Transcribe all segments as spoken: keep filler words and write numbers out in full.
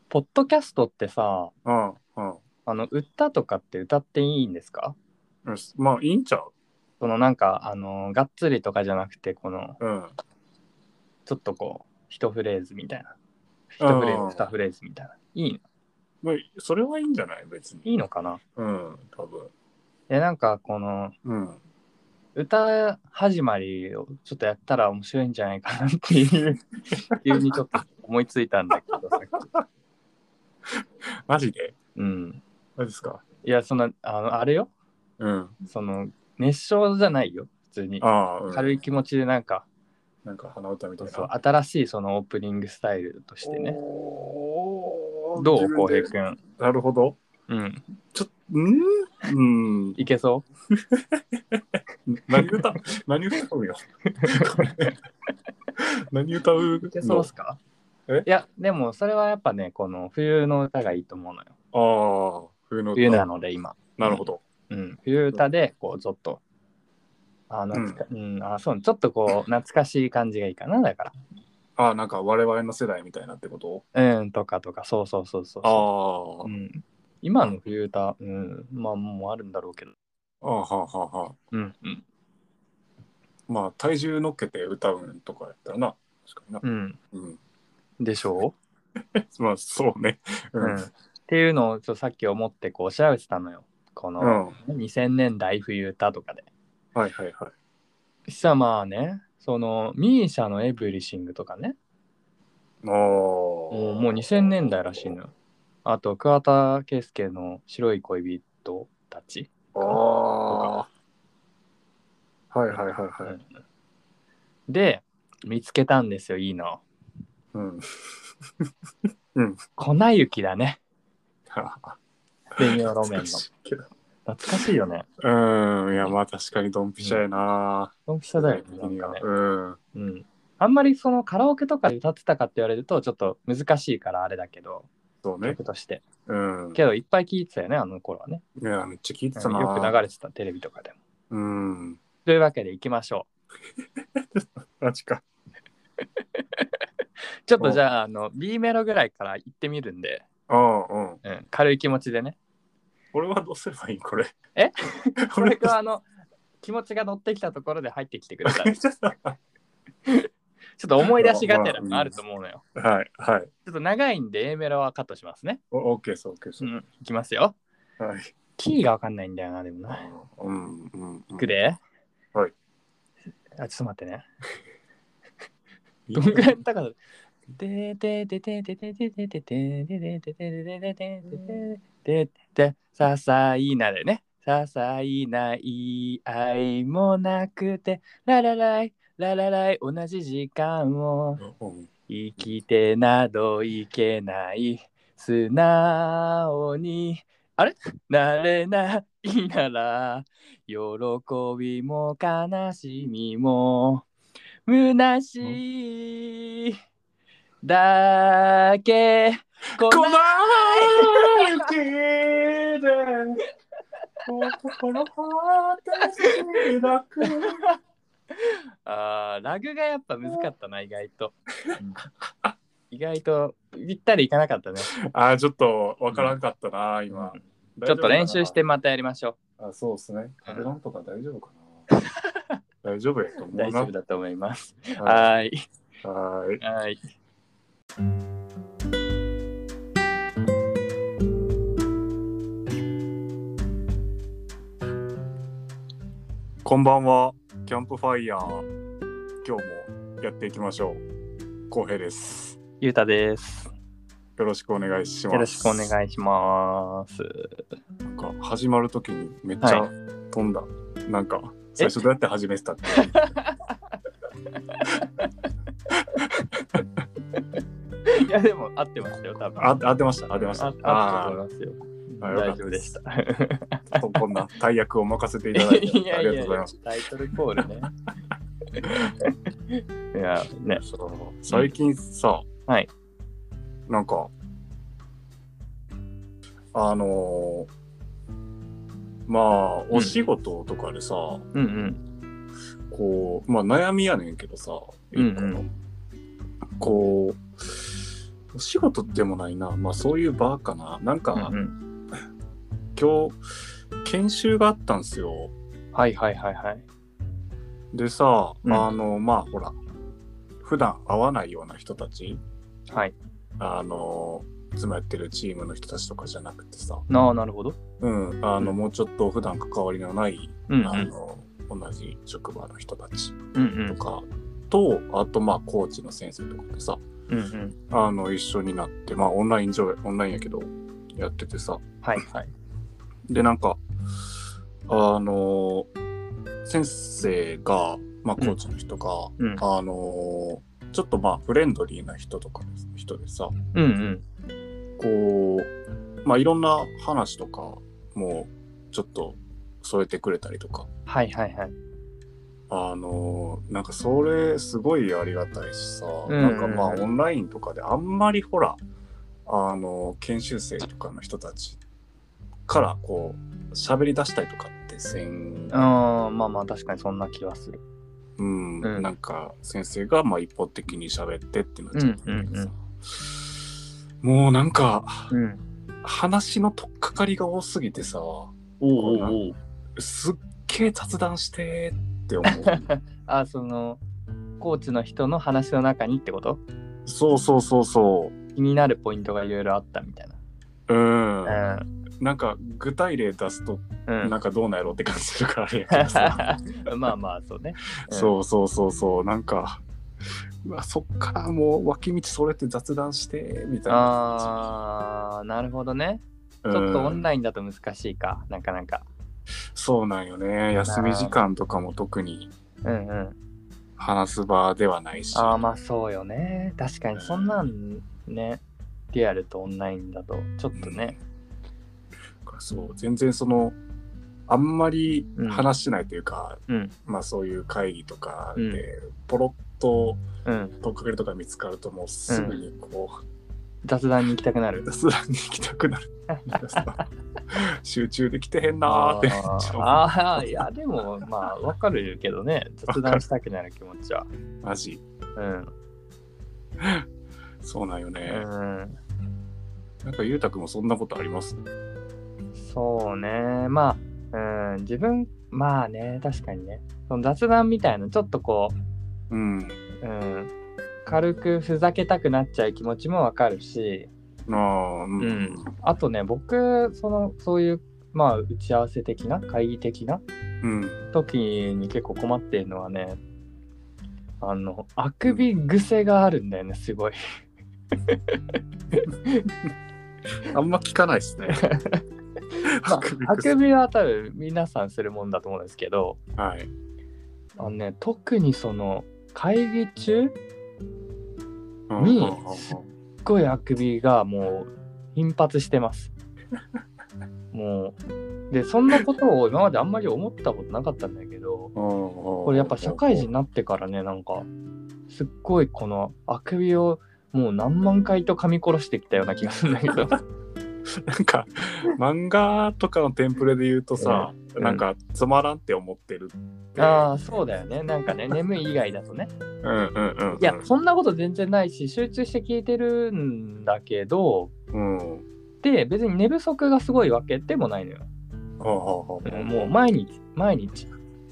ポッドキャストってさ、 うんうんあの歌とかって歌っていいんですか？ よしまあいいんちゃう。 そのなんかあのがっつりとかじゃなくて、このうんちょっとこう一フレーズみたいな、一フレーズうん二フレーズみたいな、いいの？ まあそれはいいんじゃない別に。 いいのかな？ うん多分。 でなんかこのうん歌始まりをちょっとやったら面白いんじゃないかなっていう急にちょっと思いついたんだけどさっき。 マジでうん。 マジですか。 いやそのあのあれよ、 うんその熱唱じゃないよ、普通にああうん軽い気持ちでなんか、 なんか鼻歌みたそうそう、 いな。 新しいそのオープニングスタイルとしてね。 おーどう、 自分で。 浩平くん。 なるほど。 うん。 ちょっとうんうんいけそ何歌何歌うよ何歌うういけそうっの。 すか？ えいや、でもそれはやっぱね、この冬の歌がいいと思うのよ。 ああ冬の歌。 冬なので今。 なるほど。 うん。うん、冬歌で、こう、ちょっと、あ、懐か、うん、うん、あ、そう、ちょっとこう、懐かしい感じがいいかな、だかああなんか我々の世代みたいなってこと。 ら。うん、とかとか、そうそうそうそうあそあ、 う。うん。今の冬歌、うん、まあ、もうあるんだろうけど。 ああ、はあ、はあ、はあ。 うん、うん。 まあ、体重乗っけて歌うんとかやったらな。確かにな。 うん。 うん。 でしょまあ、そうね。 う。 うん。 うん。っていうのをちょっとさっき思って、こう、調べてたのよ。こうん。 の、 はにせんねんだい冬歌とかで。 いはいはい。 さあまあね、その、ミーシャのエブリシングとかね。 あもう、もうにせんねんだいらしいのよ。あと、桑田佳祐の白い恋人たちあ。 かなとか。 ああ。はいはいはいはい。 うん、で、見つけたんですよ、いいの。 うん。うん。 粉雪だね。レミオロメンの。懐かしいよね。 うん。いや、まあ確かにドンピシャやな。 ドンピシャだよね、 世代的には。 なんかね。 うん。 うん。あんまりそのカラオケとかで歌ってたかって言われるとちょっと難しいからあれだけど、 そうね。 曲として。 うん。 けどいっぱい聴いてたよね、あの頃はね。 いや、めっちゃ聞いてたうん、よく流な。 れてた、テレビとかでも。 うん。 というわけでいきましょマジか。 う。ちょっとじゃあ、あの B メロぐらいから行ってみるんで、 ああ、うん。 うん、軽い気持ちでね。 俺はどうすればいいこれ。 えこれがあの気持ちが乗ってきたところで入ってきてください。ちょっと思い出しがてらがあると思うのよ。 はいはい。 ちょっと長いんで A メロはカットしますね。 オッケーそう、オッケーそう。 うん、いきますよ。 はい。 キーがわかんないんだよな、でもな。 うんうんいくで。 はい。 あ、ちょっと待ってね。どんぐらいの高さ？ででででででででででででででででででささいなでね。ささいない愛もなくてララライララライ同じ時間を生きてなどいけない素直にあれなれないなら喜びも悲しみも虚しいだけここなな雪で心果てしなく。 あーラグがやっぱ難かったな、意外と、うん、意外とぴったりいかなかったね。 あーちょっとわからんかったな、今、 うん、ちょっと練習してまたやりましょう。あ、そうですね。カベロンとか大丈夫かな。 う。 大丈夫やと思うな。 大丈夫だと思います。 ははい。 はい。 はい。 こんばんは。キャンプファイヤー。今日もやっていきましょう。浩平です。 ゆうたです。 よろしくお願いします。 よろしくお願いします。 なんか始まるときにめっちゃ飛んだ。はい、なんか最初どうやって始めてたって。 いやでも合ってましたよ多分。 あ合ってました合ってました。 あ合ってたと思いますよ。大丈夫でした。 こんな大役を任せていただいていやいやいやありがとうございます。 タイトルコールね。いやね。 最近さ、 うん、はい。 なんかあのー、まあお仕事とかでさ、 うんうんこうまあ悩みやねんけどさ、 うんうん、 こうお仕事でもないな。まあそういう場かな。なんか、 うんうん、 今日、研修があったんですよ。 はいはいはいはい。 でさ、 うん、 あの、まあほら、普段会わないような人たち、 はい。 あの、いつもやってるチームの人たちとかじゃなくてさ、 ああ、なるほど。 うん、あの、 うん、 もうちょっと普段関わりのない、 うんあの、同じ職場の人たちうん、うんとかと、あとまあコーチの先生とかでさ、 うん、うんうん。 あの、一緒になって、まあオンライン上、オンラインやけど、やっててさ、 はいはい。 で、なんか、あの、先生が、まあコーチの人が、 うん、 あの、ちょっとまあフレンドリーな人とかです、人でさ、 うんうん。 こう、まあいろんな話とかもちょっと添えてくれたりとか、 はいはいはい。 あのなんかそれすごいありがたいしさ、 うんうんうん、 なんかまあオンラインとかであんまりほら、あの研修生とかの人たちからこう喋り出したりとかってせん、 ああ、まあまあ確かにそんな気はする。 うん、 うんなんか先生がまあ一方的に喋ってってなっちゃったんだけどさ、もうなんか、 うん、 話の取っかかりが多すぎてさ、 おうおうおう。 すっげえ雑談してって思う。 あ、そのコーチの人の話の中にってこと？ そうそうそうそ気になるポイントがいろいろあったみたいな。 う。うん。 うん。 なんか具体例出すと、 うん、 なんかどうなんやろうって感じするからあれやけどさ。 まあまあそうね。 うん、そうそうそうそう。なんか、うわそっからもう脇道それて雑談してみたいな。 ああ、なるほどね。ちょっとオンラインだと難しいか、なかなか。 そうなんよね。休み時間とかも特にうんうん。 話す場ではないし。 ああ、まあそうよね。確かにそんなんね、リアルとオンラインだとちょっとね。 うん、そう、全然その、あんまり話してないというか、 うん、 まあそういう会議とかで、ポロッと取っかけるとか見つかるともうすぐにこう、 うん、雑談に行きたくなる。 雑談に行きたくなる。集中できてへんなーって。 ああ、いやでもまあわかるけどね、雑談したくなる気持ちは。 マジ。 うん。 そうなんよね。 うん。 なんかゆうたくんもそんなことあります？ そうね。まあ、うん、自分、まあね、確かにね。その雑談みたいな、ちょっとこう、うん、 うん、軽くふざけたくなっちゃう気持ちもわかるし、 あー、うん、 うん、あとね、僕、その、そういう、まあ、打ち合わせ的な、会議的な、 うん、 時に結構困っているのはね、あの、あくび癖があるんだよね、すごい。 あんま聞かないですね。 まあ、あくびは多分皆さんするもんだと思うんですけど、 はい。 あのね、特にその会議中にすっごいあくびがもう頻発してます。もうでそんなことを今まであんまり思ったことなかったんだけど、これやっぱ社会人になってからね、なんかすっごいこのあくびをもう何万回と噛み殺してきたような気がするんだけど。 なんか漫画とかのテンプレで言うとさ、うん、なんかつまらんって思ってるって。 ああ、そうだよね。なんかね、眠い以外だとね。 うんうんうん、うん。 いや、そんなこと全然ないし、集中して聞いてるんだけど、 うん、 で、別に寝不足がすごいわけでもないのよ。 はあはあ、 もう毎日、毎日。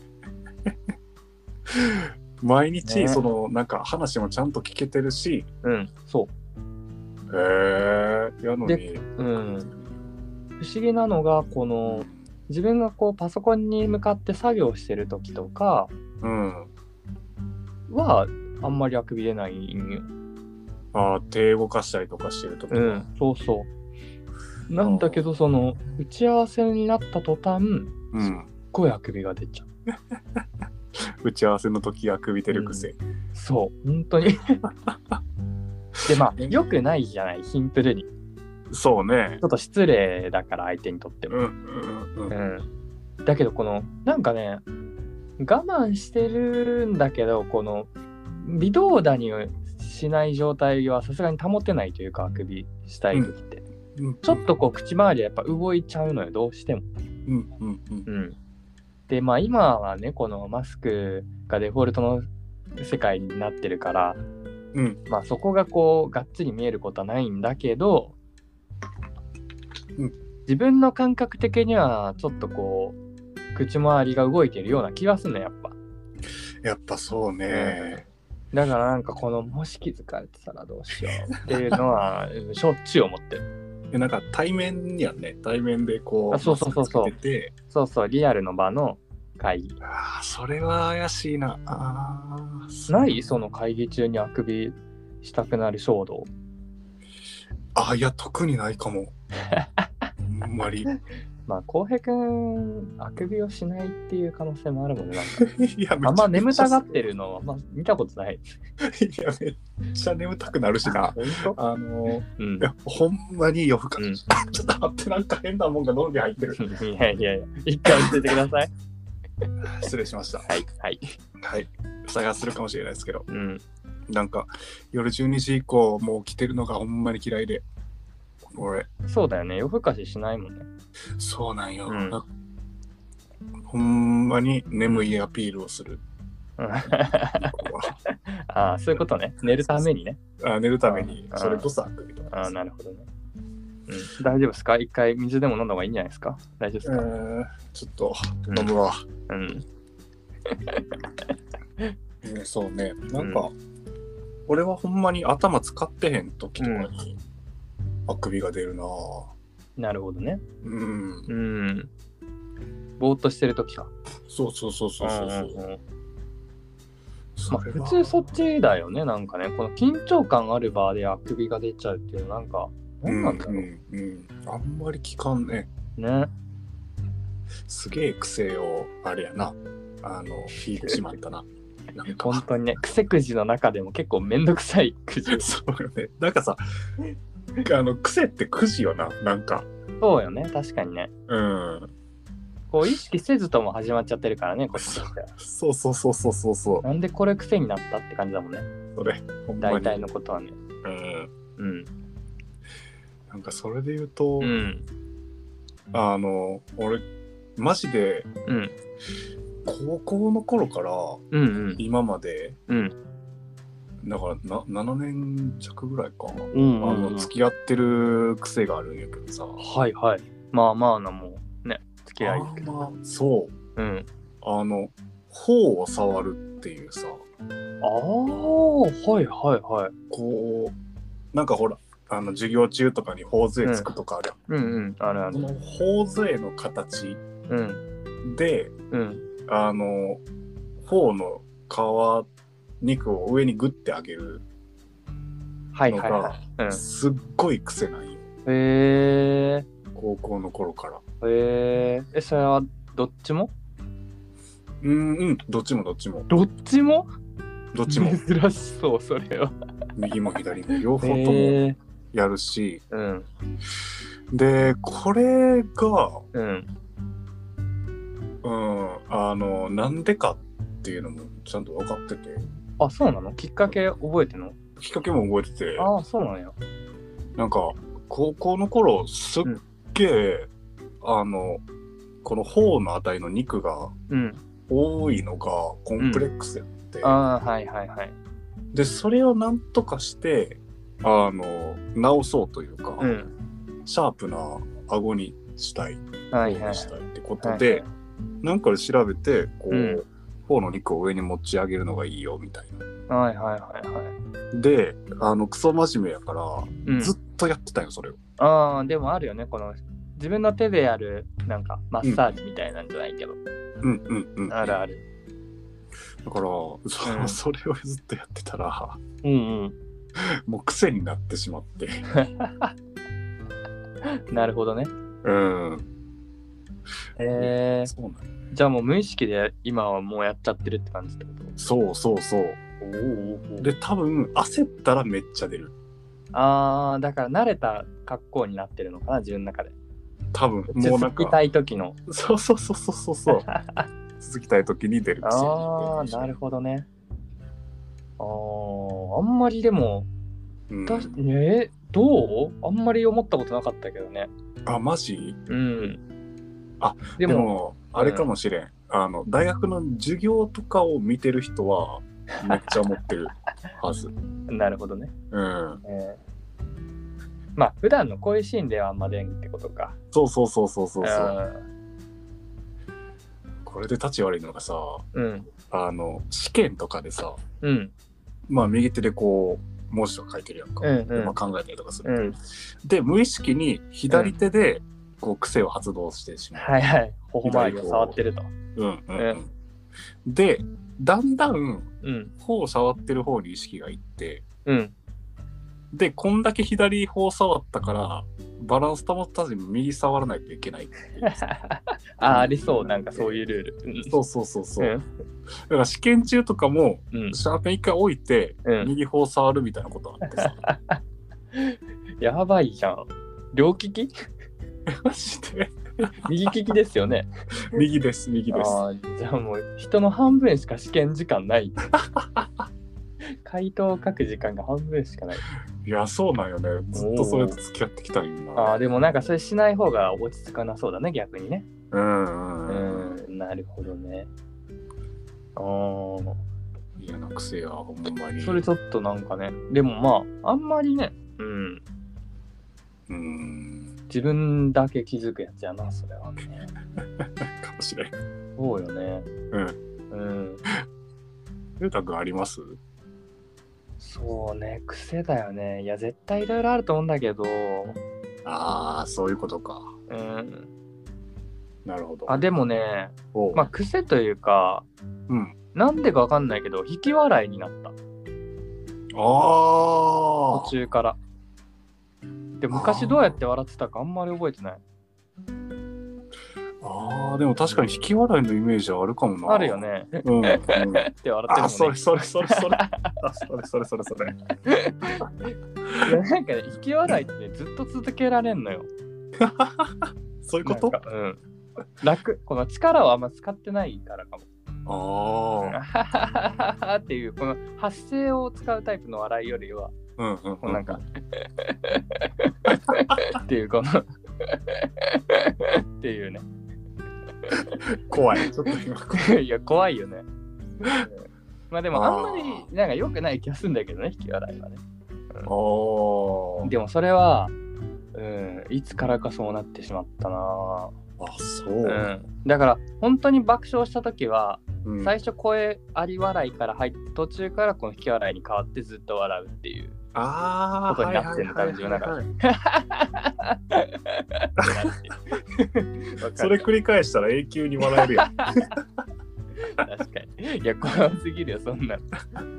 毎日、ね、そのなんか話もちゃんと聞けてるし、 うん、そう。 へえー、やのに、 うん、不思議なのがこの自分がこうパソコンに向かって作業してる時とかは、うん、あんまりあくび出ないんよ。 ああ、手動かしたりとかしてる時とか、 うん、そうそうなんだけど、その打ち合わせになった途端、うん、すっごいあくびが出ちゃう。 打ち合わせの時あくび出る癖、うん、 そう本当にでまあよくないじゃない、シンプルに。 そうね、 ちょっと失礼だから相手にとっても、うんうんうんうん、だけどこのなんかね、我慢してるんだけどこの微動だにしない状態はさすがに保てないというか、あくびしたい時って、うん、ちょっとこう口周りはやっぱ動いちゃうのよ、どうしても。 うんうんうん、 うん、でまあ今はねこのマスクがデフォルトの世界になってるから、 うんまあそこがこうがっつり見えることはないんだけど、 うん自分の感覚的にはちょっとこう口周りが動いてるような気がするのやっぱ。 やっぱそうね、 だからなんかこのもし気づかれてたらどうしようっていうのはしょっちゅう思ってる。 でなんか対面にはね、対面でこうあそうそうそうそうマスクつけてて、 そうそう、リアルの場の会議。 ああそれは怪しいな。ああないその会議中にあくびしたくなる衝動。 あいや特にないかも。あんまり。 まあ浩平くんあくびをしないっていう可能性もあるもんね。なんかいやあんま眠たがめってるのは、まあ、見たことない。 いやめっちゃ眠たくなるしな。 本当？ あのうんい。やほんまに夜更かし、 うんちょっと待ってなんか変なもんが喉に入ってる。 いやいやいや、一回教えてください。 失礼しました。 はいはい。 はい。探するかもしれないですけど、 うん。 なんか夜じゅうにじ以降もう起きてるのがほんまに嫌いで、俺そうだよね。夜更かししないもんね。 そうなんよ、 うんなほんまに眠いアピールをする。 うんああ、そういうことね。寝るためにね。 あ寝るためにあそれこそあくびとかああ、なるほどね。うん、大丈夫ですか？一回水でも飲んだ方がいいんじゃないですか？大丈夫ですか？ えー、ちょっと飲むわ、 うん。 うんそうね、なんか、俺はほんまに頭使ってへん時とかにあくびが出るなぁ。 なるほどね。 うん、 うん。ぼーっとしてるときか。 そうそうそうそうそうそう。 んんんそれはまあ普通そっちだよね。なんかね、この緊張感ある場であくびが出ちゃうっていうのなんか、なんなんだろう。 うんうんうん、あんまり聞かんね。 ね。 すげえ癖をあれやな、あの引いてしまったな。なんか本当にね、癖くじの中でも結構めんどくさいくじ。 そうよね。なんかさ、あの癖ってくじよな、なんか。 そうよね、確かにね。 うん。 こう意識せずとも始まっちゃってるからね、こっちとしては。 そうそうそうそうそうそう。 なんでこれ癖になったって感じだもんね。 それ、ほんまに。 大体のことはね。 うん。 うん。 なんかそれで言うと、 うん。 あの、俺、マジでうん。 高校の頃からうんうん。 今まで、 うん。 だからなななねん弱ぐらいか、 うんあのうんうん。 付き合ってる癖があるんやけどさ。 はいはい。まあまあなもうね、付き合いあんまそう。 うん。 あの、頬を触るっていうさ、 ああ、はいはいはい。 こう、なんかほら、あの授業中とかに頬杖つくとかあるやん。 うんうん。あるある。 その頬杖の形うん。 で、 うん。 あの、頬の皮、肉を上にグッて上げるはいのはいはが、 い。 すっごい癖なんよ。 うん。へえ高校の頃から。 ー。へえ。え、それはどっちも？ うんうん、どっちもどっちも。 どっちも？ どっちも。 珍しそう、それは。 右も左も両方ともへえ。 やるし。 うん。 で、これが、 うん。 うん、あの、なんでかっていうのもちゃんと分かってて、 あ、そうなの？きっかけ覚えてんの？ きっかけも覚えてて、 ああ、そうなんや。 なんか、高校の頃、すっげえ、あの、この頬のあたりの肉がうん。 多いのがコンプレックスやって、 ああ、はいはいはい。 で、それをなんとかして、あの、直そうというか、 うん。 シャープな顎にしたい、 はいはい。 頬にしたいってことで、なんかで調べて、こう、 うん頬の肉を上に持ち上げるのがいいよ、みたいな。 はいはいはいはい。 で、あの、クソ真面目やから、 うん、 ずっとやってたよ、それを。 ああ、でもあるよね。この自分の手でやるなんかマッサージみたいなんじゃないけど。 うんうんうん。 あるある。 だから、そ,、 うんそれをずっとやってたら、 うんうん。 もう癖になってしまって。 なるほどね。 うん。 えー、 そうなんやじゃあもう無意識で今はもうやっちゃってるって感じってこと？ そうそうそう。 おお。 で、多分、焦ったらめっちゃ出る。 ああ、だから慣れた格好になってるのかな、自分の中で。 多分、もうなんか。 続きたい時の。 そうそうそうそうそうそう。続きたい時に出る癖。 ああ、なるほどね。ああ、あんまりでも、 うん、 だね、どう？あんまり思ったことなかったけどね。 あ、マジ？ うん。 あ、ででも、 も、あれかもしれん。あの、大学の授業とかを見てる人は、 めっちゃ思ってるはず。 なるほどね。 うん。 えーまあ普段のこういうシーンではあんま出んってことか。 そうそうそうそうそうそう。これで立ち悪いのがさ、 うん、 あの試験とかでさ、 うん、 まあ右手でこう文字とか書いてるやんか、 うんうん、 まあ、考えたりとかする、 うん、 で無意識に左手でこう癖を発動してしまう、 はいはい、頬周りを触ってると。 うんうんうん、でだんだんうん、 頬を触ってる方に意識がいって、 うん、 でこんだけ左頬触ったからバランス保ったずに右触らないといけないっていうあ、ありそう、なんかそういうルール。 そうそうそうそう、 うん、 だから試験中とかも、 うん、 シャーペン一回置いて、うん、右頬触るみたいなことあってさやばいじゃん。両利きマジで右利きですよね。 右です右です。 あ、じゃあもう人の半分しか試験時間ない回答を書く時間が半分しかない。 いやそうなんよね、ずっとそれと付き合ってきたんよな。あ、でもなんかそれしない方が落ち着かなそうだね、逆にね。 うんうん、 うん、なるほどね。ああ、 嫌な癖やほんまに。 それちょっとなんかね、でもまああんまりね、うん、 うん、 自分だけ気づくやつやな、それはね。 かもしれん。 そうよね。 うんうん。 ゆうたくんあります？ そうね、癖だよね。いや絶対いろいろあると思うんだけど。 ああ、そういうことか。 うん。 なるほど。 あ、でもね、まあ癖というか、 うん、 なんでかわかんないけど引き笑いになった。ああ。 途中から。で昔どうやって笑ってたかあんまり覚えてない。 ああ、でも確かに引き笑いのイメージはあるかもな。 あるよね。 うん。うん、 って笑ってるもんね。 あ、それそれそれそれ。あ、それそれそれそれ。 いやなんかね、引き笑いってねずっと続けられんのよ。 そういうこと？ うん。楽。この力をあんま使ってないからかも。 ああ。っていうこの発声を使うタイプの笑いよりは、 うんうんうん、 なんかっていうこのっていうね。 怖い。ちょっと今怖い。 いや怖いよね。まあでもあんまりなんか良くない気がするんだけどね、引き笑いはね。うん、でもそれは、うん、いつからかそうなってしまったな。 あ、そう、 うん。だから本当に爆笑した時は、 うん、 最初声あり笑いから入って途中からこの引き笑いに変わってずっと笑うっていうことになってるの、多分自分の中で。 それ繰り返したら永久に笑えるやん。 確かに。いや怖すぎるよそんな。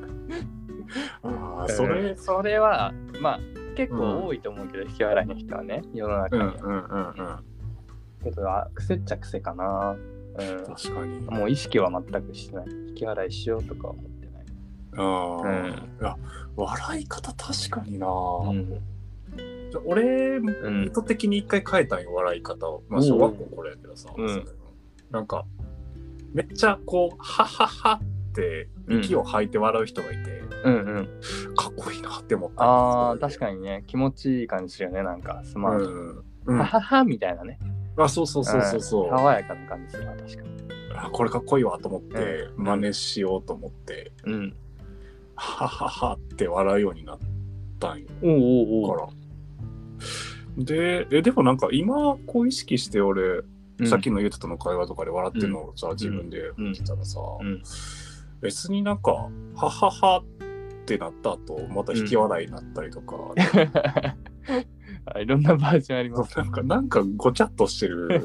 あ、それ、 うん、それはまあ結構多いと思うけど、うん、引き笑いの人はね世の中に。うんうんうんうん。けど癖っちゃ癖かな。うん、 確かに。 もう意識は全くしてない。引き笑いしようとか思ってない。 ああ、うん、いや笑い方確かにな。うん、俺、うん、意図的に一回変えたんよ笑い方を。まあ小学校これやけどさ、うん、なんかめっちゃこうハハハって息を吐いて笑う人がいて、うんうんうん、かっこいいなって思った。 ああ確かにね、気持ちいい感じするよね、なんかスマート、うんうん、ハハハみたいなね。 あ、そうそうそうそうそう、 爽やかな感じするな、確かに。 あ、これかっこいいわと思って、うん、真似しようと思って、うん、はははって笑うようになったんよ。おうおうおう。からでえでもなんか今こう意識して俺、うん、さっきのゆうたとの会話とかで笑ってるのをさ、うん、自分で見てたらさ、うんうん、別になんかはははってなった後また引き笑いになったりとか、 いろんなバージョンあります。 なんか、なんかごちゃっとしてる。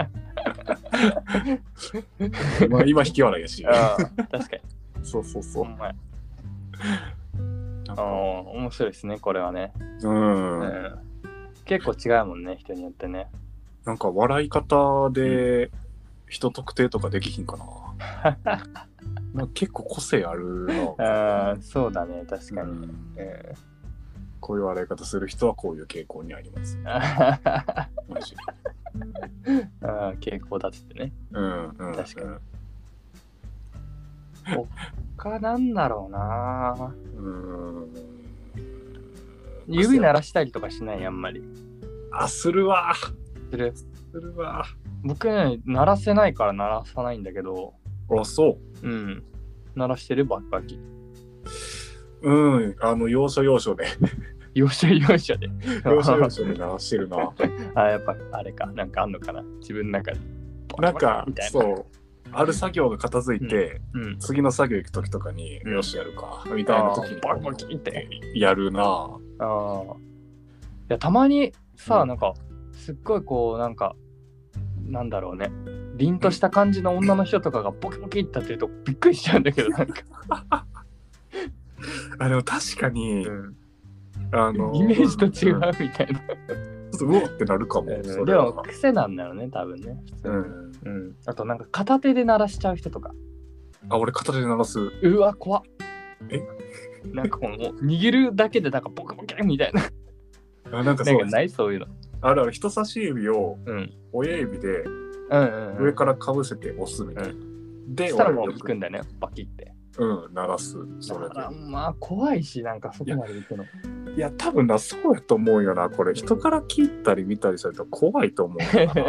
まあ今引き笑いやし。 あ、確かに。 そうそうそう。 ああ、面白いですね、これはね。うん、うん。結構違うもんね、人によってね。 なんか笑い方で人特定とかできひんかな。なんか結構個性あるな。 ああ、そうだね、確かに。うん、 えーこういう笑い方する人はこういう傾向にあります。マジあ、傾向だっつってね。うんうん、確かに。他なんだろうな。うーん。指鳴らしたりとかしない、あんまり。 あ、するわ。 する。 するわ。 僕ね、鳴らせないから鳴らさないんだけど。 あ、そう。うん。 鳴らしてるバキ。 うん、あの、要所要所で。 要所要所で。 要所要所で鳴らしてるな。 あ、やっぱあれか、なんかあんのかな、自分の中で。 なんか、そう、ある作業が片付いて、 うんうん、 次の作業行くときとかに、うん、よしやるか、みたいなときに、 バキバキってやるな。 ああ。いや、たまにさ、うん、なんか、すっごいこう、なんか、なんだろうね。凛とした感じの女の人とかがボキボキってやってるとびっくりしちゃうんだけど、なんか。 あ、でも確かに、うん、あのイメージと違うみたいな。 ちょっとうおってなるかも。うん、 それでも癖なんだよね、多分ね。うんうん、あとなんか片手で鳴らしちゃう人とか。 あ、俺片手で鳴らす。 うわ、怖っ。 えなんかこの握るだけでなんかボキボキみたいな。 あ、なんかそう。 なんかないそういうの。 あるある、人差し指を親指で上からかぶせて押すみたいな。うんうん、で、 そしたらもう引くんだよね、バキって。 うん、鳴らす。それで。 まあ怖いし、なんかそこまで行くの。 いや、多分な、そうやと思うよな。これ、人から聞いたり見たりされたら怖いと思うよな。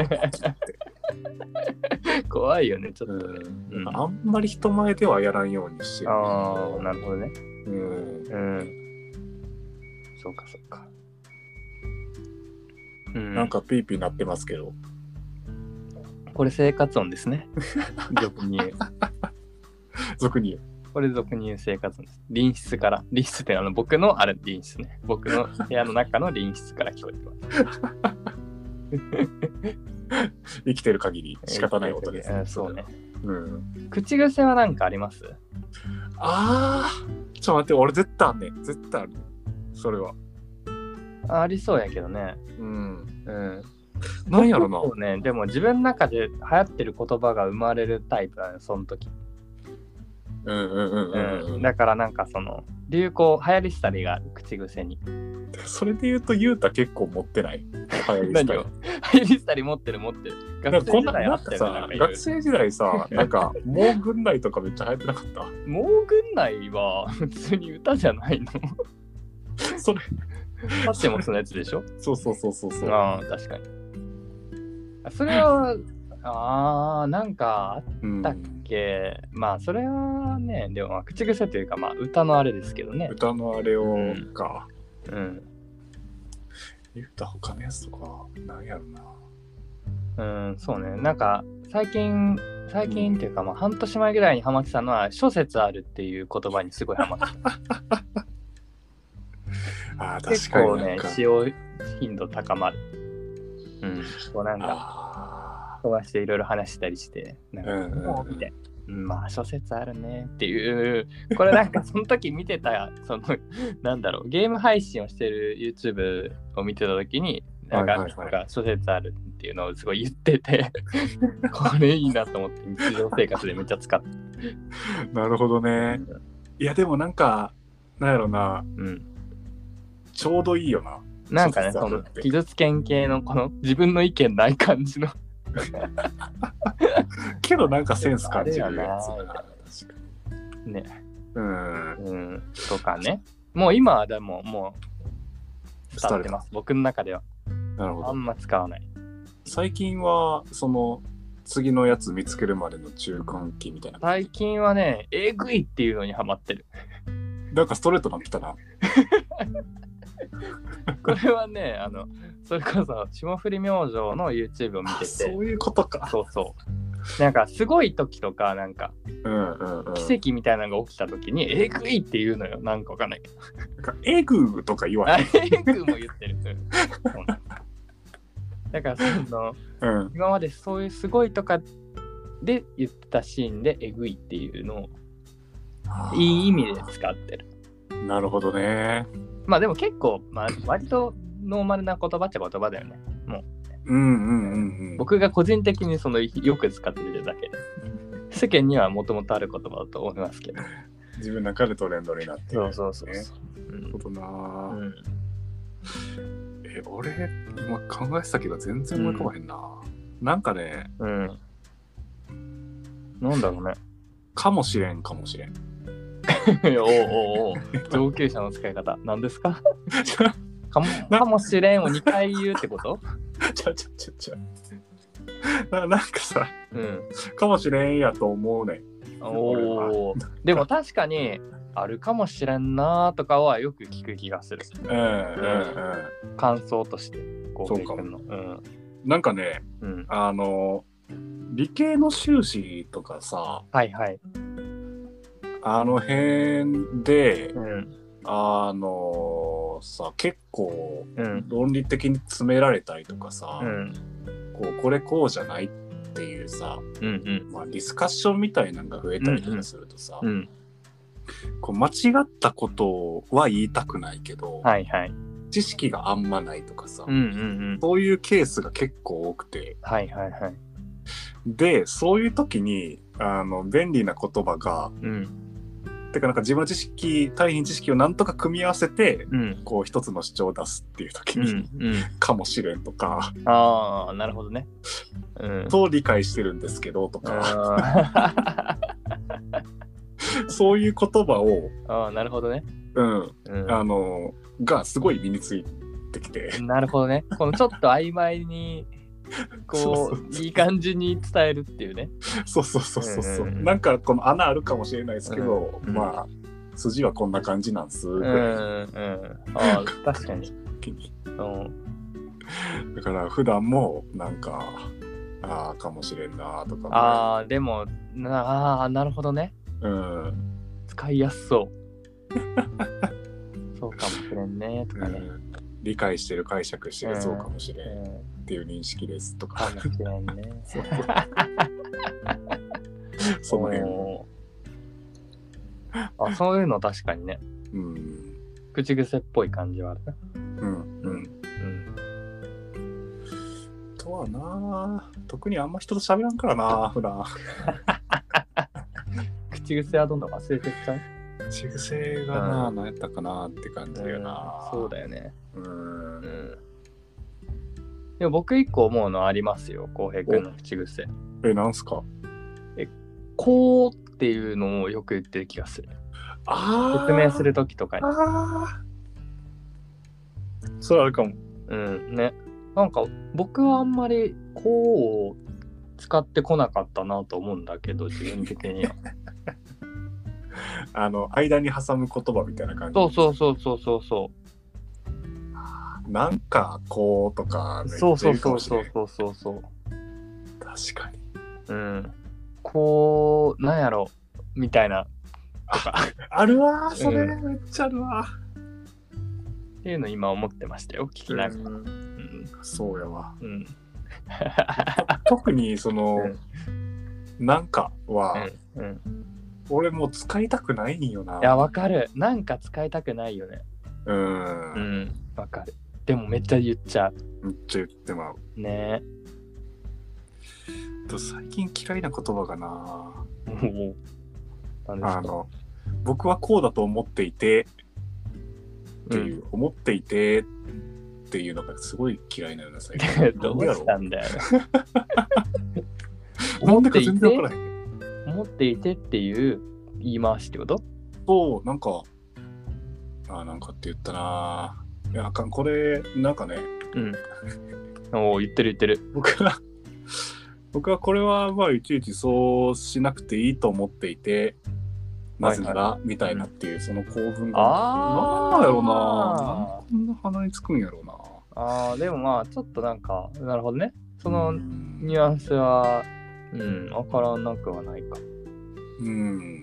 怖いよね、ちょっとね、 うんうん。あんまり人前ではやらんようにしてる。 ああ、なるほどね。 うん。 うん。そうか、そうか。 うん、なんかピーピー鳴ってますけど。 これ生活音ですね。俗に言う。 俗に言う。 これ俗に言う生活音です。隣室から、隣室ってあの僕のあれ隣室ね。僕の部屋の中の隣室から聞こえてます。 生きてる限り仕方ない音です、ね。 そうね。 うん。 口癖は何かあります？ ああ、ちょっと待って、俺絶対あんねん。絶対ある。それは。 ありそうやけどね。 うんうん。 何やろな。 そうね。でも自分の中で流行ってる言葉が生まれるタイプなのよ、その時。 うんうんうんうん、うん。 だからなんかその流行流行りしたりがある口癖に。 それで言うとゆうた結構持ってない。流行りしたり。 何を流行りしたり持ってる持ってる。 学生時代あったよね。なんか学生時代さ、なんかもう軍内とかめっちゃ流行ってなかった。 もう軍内は普通に歌じゃないの。 それ。 パッチモスのやつでしょ。 そうそうそうそうそう。 ああ、確かに。それは、ああ、なんかあったっけ、うん、まあ、それはね、でも、まあ、口癖というか、まあ、歌のあれですけどね。 歌のあれをか。 うん。 言った他のやつとか、なんやろな。うん、そうね。なんか、最近、最近っていうか、まあ、半年前ぐらいにハマってたのは、諸説あるっていう言葉にすごいハマってた。 あ、 結構ね、使用頻度高まる。うん。こうなんか、飛ばしていろいろ話したりして、なんか、もう見て、うん、まあ、諸説あるねっていう、これなんか、その時見てた、その、なんだろう、ゲーム配信をしてる YouTube を見てた時に、なんか、なんか諸説あるっていうのをすごい言ってて、これいいなと思って、日常生活でめっちゃ使って。 なるほどね。いや、でもなんか、なんやろな、 うん。 ちょうどいいよな。 なんかね、その傷つけん系のこの自分の意見ない感じのけどなんかセンス感じるやつだな。確かに。ね。 うん。 うん。とかね。もう今はでももう伝わってます。僕の中では。 なるほど。 あんま使わない。 最近はその次のやつ見つけるまでの中間期みたいな。 最近はね、えぐいっていうのにハマってる。 なんかストレートなってきたな。 これはね、あの、それこそ霜降り明星の YouTube を見てて、 そういうことか。 そうそう。なんかすごい時とか、なんか、 うんうんうん、 奇跡みたいなのが起きた時に、えぐいって言うのよ。なんかわかんないけど。 なんかえぐとか言わない。 えぐも言ってる。だからその、うん、今までそういうすごいとかで言ってたシーンでえぐいっていうのをいい意味で使ってる。 なるほどね。 まあでも結構、まあ、割とノーマルな言葉っちゃ言葉だよね。もう。 うんうんうんうん。 僕が個人的にそのよく使ってるだけで。世間にはもともとある言葉だと思いますけど。 自分の中でトレンドになってる、 ね。そうそうそうそう。 なるほどな、 うん。 え、俺、今考えてたけど全然思い浮かばへんな、うん。なんかね。 うん。なんだろうね。 かもしれんかもしれん。 おうおうおう上級者の使い方何ですかかもかもしれんをにかい言うってことちゃちゃちゃちゃななんかさ、 うん、 かもしれんやと思うねん。 おでも確かにあるかもしれんなとかはよく聞く気がする。 うんうんうん。 感想としてこう君の。 うん、なんかね、うん、あの理系の修士とかさ、 はいはい。 あの辺で、うん、あのさ結構論理的に詰められたりとかさ、うん、こうこれこうじゃないっていうさ、うんうんまあ、ディスカッションみたいなのが増えたりとかするとさ、うんうん、こう間違ったことは言いたくないけど、はいはい、知識があんまないとかさ、うんうんうん、そういうケースが結構多くて、はいはいはい、でそういう時にあの便利な言葉が、うん、てかなんか自分の知識対比知識をなんとか組み合わせて、うん、こう一つの主張を出すっていう時に、うんうん、かもしれんとか、 ああなるほどね、 うん、そう理解してるんですけどとかそういう言葉をああなるほどね、 うん、うん、あのがすごい身についてきて、 なるほどね、このちょっと曖昧にこうそうそうそういい感じに伝えるっていうね。 そうそうそうそうそう、うん、なんかこの穴あるかもしれないですけど、うん、まあ筋はこんな感じなんす。うんうん、 ああ確かに。 うん、だから普段もなんかああかもしれんなとか、ね、 ああでもなあなるほどね。うん。使いやすそう。そうかもしれんねとかね。うん理解してる解釈してる、うん、そうかもしれん、うん、っていう認識ですとか。 かもしれんね。そうその辺。 あ、そういうの確かにね。うん。口癖っぽい感じはあるな。うんうんうん。 とはな、特にあんま人と喋らんからな普段。 口癖はどんどん忘れてっちゃう。 口癖がな、うん、何やったかなって感じよな、 うん。そうだよね。うん、うん。でも僕一個思うのありますよ、浩平君の口癖。 え、なんすか？ え、こうっていうのをよく言ってる気がする。あ説明するときとかに。あそれあるかも。 うんね。なんか僕はあんまりこうを使ってこなかったなと思うんだけど、自分的には。 あの間に挟む言葉みたいな感じ。 そうそうそうそうそうそう。 なんかこうとかめっちゃいいかもしれない。そうそうそうそうそう。 確かに。 うん。こうなんやろみたいなとか。 あ, あるわそれ、うん、めっちゃあるわ。 っていうの今思ってましたよ聞きながら。うん、うん、 そうやわ。うん。特にその、うん、なんかは。うんうん俺もう使いたくないんよな。 いやわかる。なんか使いたくないよね。うん。うん。わかる。でもめっちゃ言っちゃう。 めっちゃ言ってまう。 ねえ。と最近嫌いな言葉がな。あの僕はこうだと思っていてっていう、うん、思っていてっていうのがすごい嫌いなような最近。 どうしたんだよ。 思っていて全然わからへん。 思っていてっていう言い回しってこと？ そうなんかあなんかって言ったな。いやあかんこれなんかね。うん。 お言ってる言ってる。 僕は僕はこれはまあいちいちそうしなくていいと思っていて、なぜなら、はいはい、みたいなっていうその興奮が、あなんだろうな。こんな鼻につくんやろうな。 ああでもまあちょっとなんかなるほどね。そのニュアンスは。うん、わからなくはないか。うん。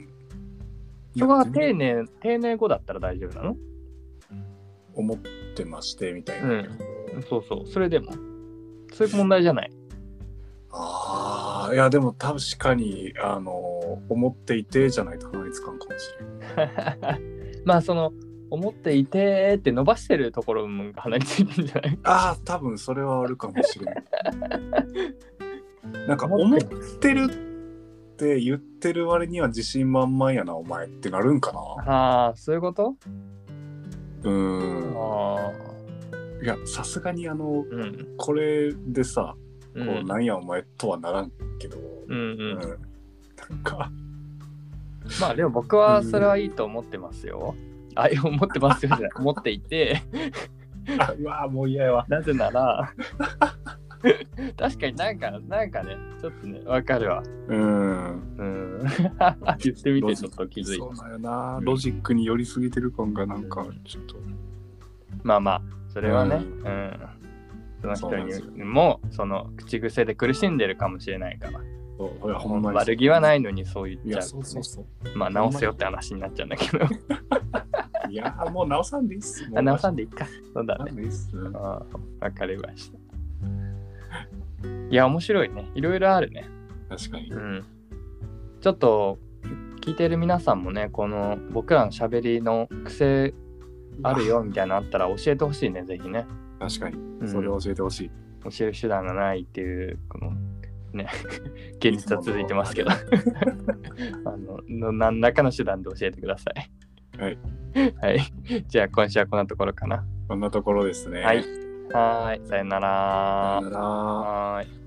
そこは丁寧、丁寧語だったら大丈夫なの？ 思ってましてみたいな、うん。 そうそう、それでも。そういう問題じゃない。 ああ、いやでも確かに、あの、思っていてじゃないと鼻につかんかもしれない。 まあその、思っていてって伸ばしてるところも鼻についてるんじゃない？ ああ、多分それはあるかもしれない。なんか思ってるって言ってる割には自信満々やなお前ってなるんかな。 ああそういうこと？ うーん。あいやさすがにあの、うん、これでさ、こう、うん、なんやお前とはならんけど、うんうんうん、なんかまあでも僕はそれはいいと思ってますよ。うん、あ思ってますよじゃない思っていてあうわもう嫌やわ。 なぜなら確かになんか、なんかね、ちょっとね、わかるわ。 うん。 うん。言ってみてちょっと気づいた。 そうだよな、うん。ロジックに寄りすぎてる感がなんか、ちょっと。 まあまあ、それはね、うん。うん、その人にも、その口癖で苦しんでるかもしれないから。 そういやほんまに悪気はないのにそう言っちゃう、ね。いや、 そうそうそう。 まあ、直せよって話になっちゃうんだけど。 いや、もう直さんでいいっす。 あ、直さんでいいか。そうだね。 いいっす。 わかりました。いや、面白いね。いろいろあるね。 確かに。 うん。ちょっと、聞いてる皆さんもね、この僕らの喋りの癖あるよみたいなのあったら教えてほしいね、ぜひね。 確かに。それを教えてほしい、 うん。教える手段がないっていう、この、ね、現実は続いてますけど。あの、何らかの手段で教えてください。 はい。 はい。じゃあ今週はこんなところかな。 こんなところですね。 はい。はい。さよなら。 さよなら。 はい。